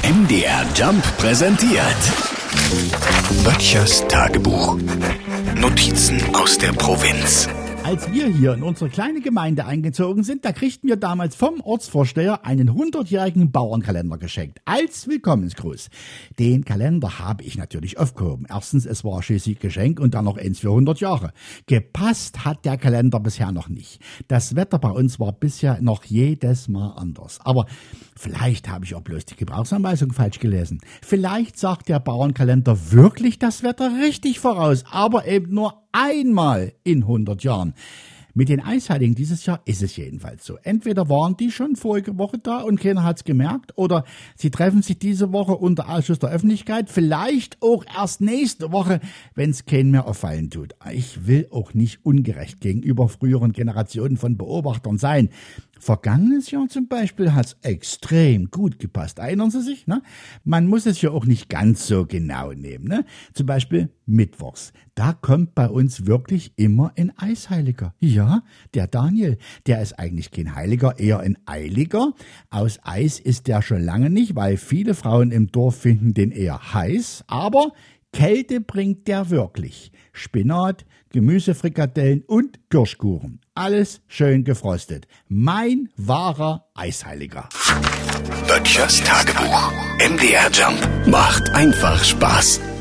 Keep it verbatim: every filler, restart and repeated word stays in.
M D R Jump präsentiert Böttchers Tagebuch. Notizen aus der Provinz. Als wir hier in unsere kleine Gemeinde eingezogen sind, da kriegten wir damals vom Ortsvorsteher einen hundertjährigen Bauernkalender geschenkt. Als Willkommensgruß. Den Kalender habe ich natürlich aufgehoben. Erstens, es war schließlich Geschenk und dann noch eins für hundert Jahre. Gepasst hat der Kalender bisher noch nicht. Das Wetter bei uns war bisher noch jedes Mal anders. Aber vielleicht habe ich auch bloß die Gebrauchsanweisung falsch gelesen. Vielleicht sagt der Bauernkalender wirklich das Wetter richtig voraus, aber eben nur einmal in hundert Jahren. Mit den Eisheiligen dieses Jahr ist es jedenfalls so. Entweder waren die schon vorige Woche da und keiner hat's gemerkt, oder sie treffen sich diese Woche unter Ausschuss der Öffentlichkeit, vielleicht auch erst nächste Woche, wenn es keinen mehr auffallen tut. Ich will auch nicht ungerecht gegenüber früheren Generationen von Beobachtern sein. Vergangenes Jahr zum Beispiel hat's extrem gut gepasst. Erinnern Sie sich? Ne? Man muss es ja auch nicht ganz so genau nehmen. Ne? Zum Beispiel mittwochs. Da kommt bei uns wirklich immer ein Eisheiliger. Ja, der Daniel. Der ist eigentlich kein Heiliger, eher ein Eiliger. Aus Eis ist der schon lange nicht, weil viele Frauen im Dorf finden den eher heiß. Aber Kälte bringt der wirklich. Spinat, Gemüsefrikadellen und Kirschkuchen. Alles schön gefrostet. Mein wahrer Eisheiliger. Böttchers Tagebuch. M D R Jump macht einfach Spaß.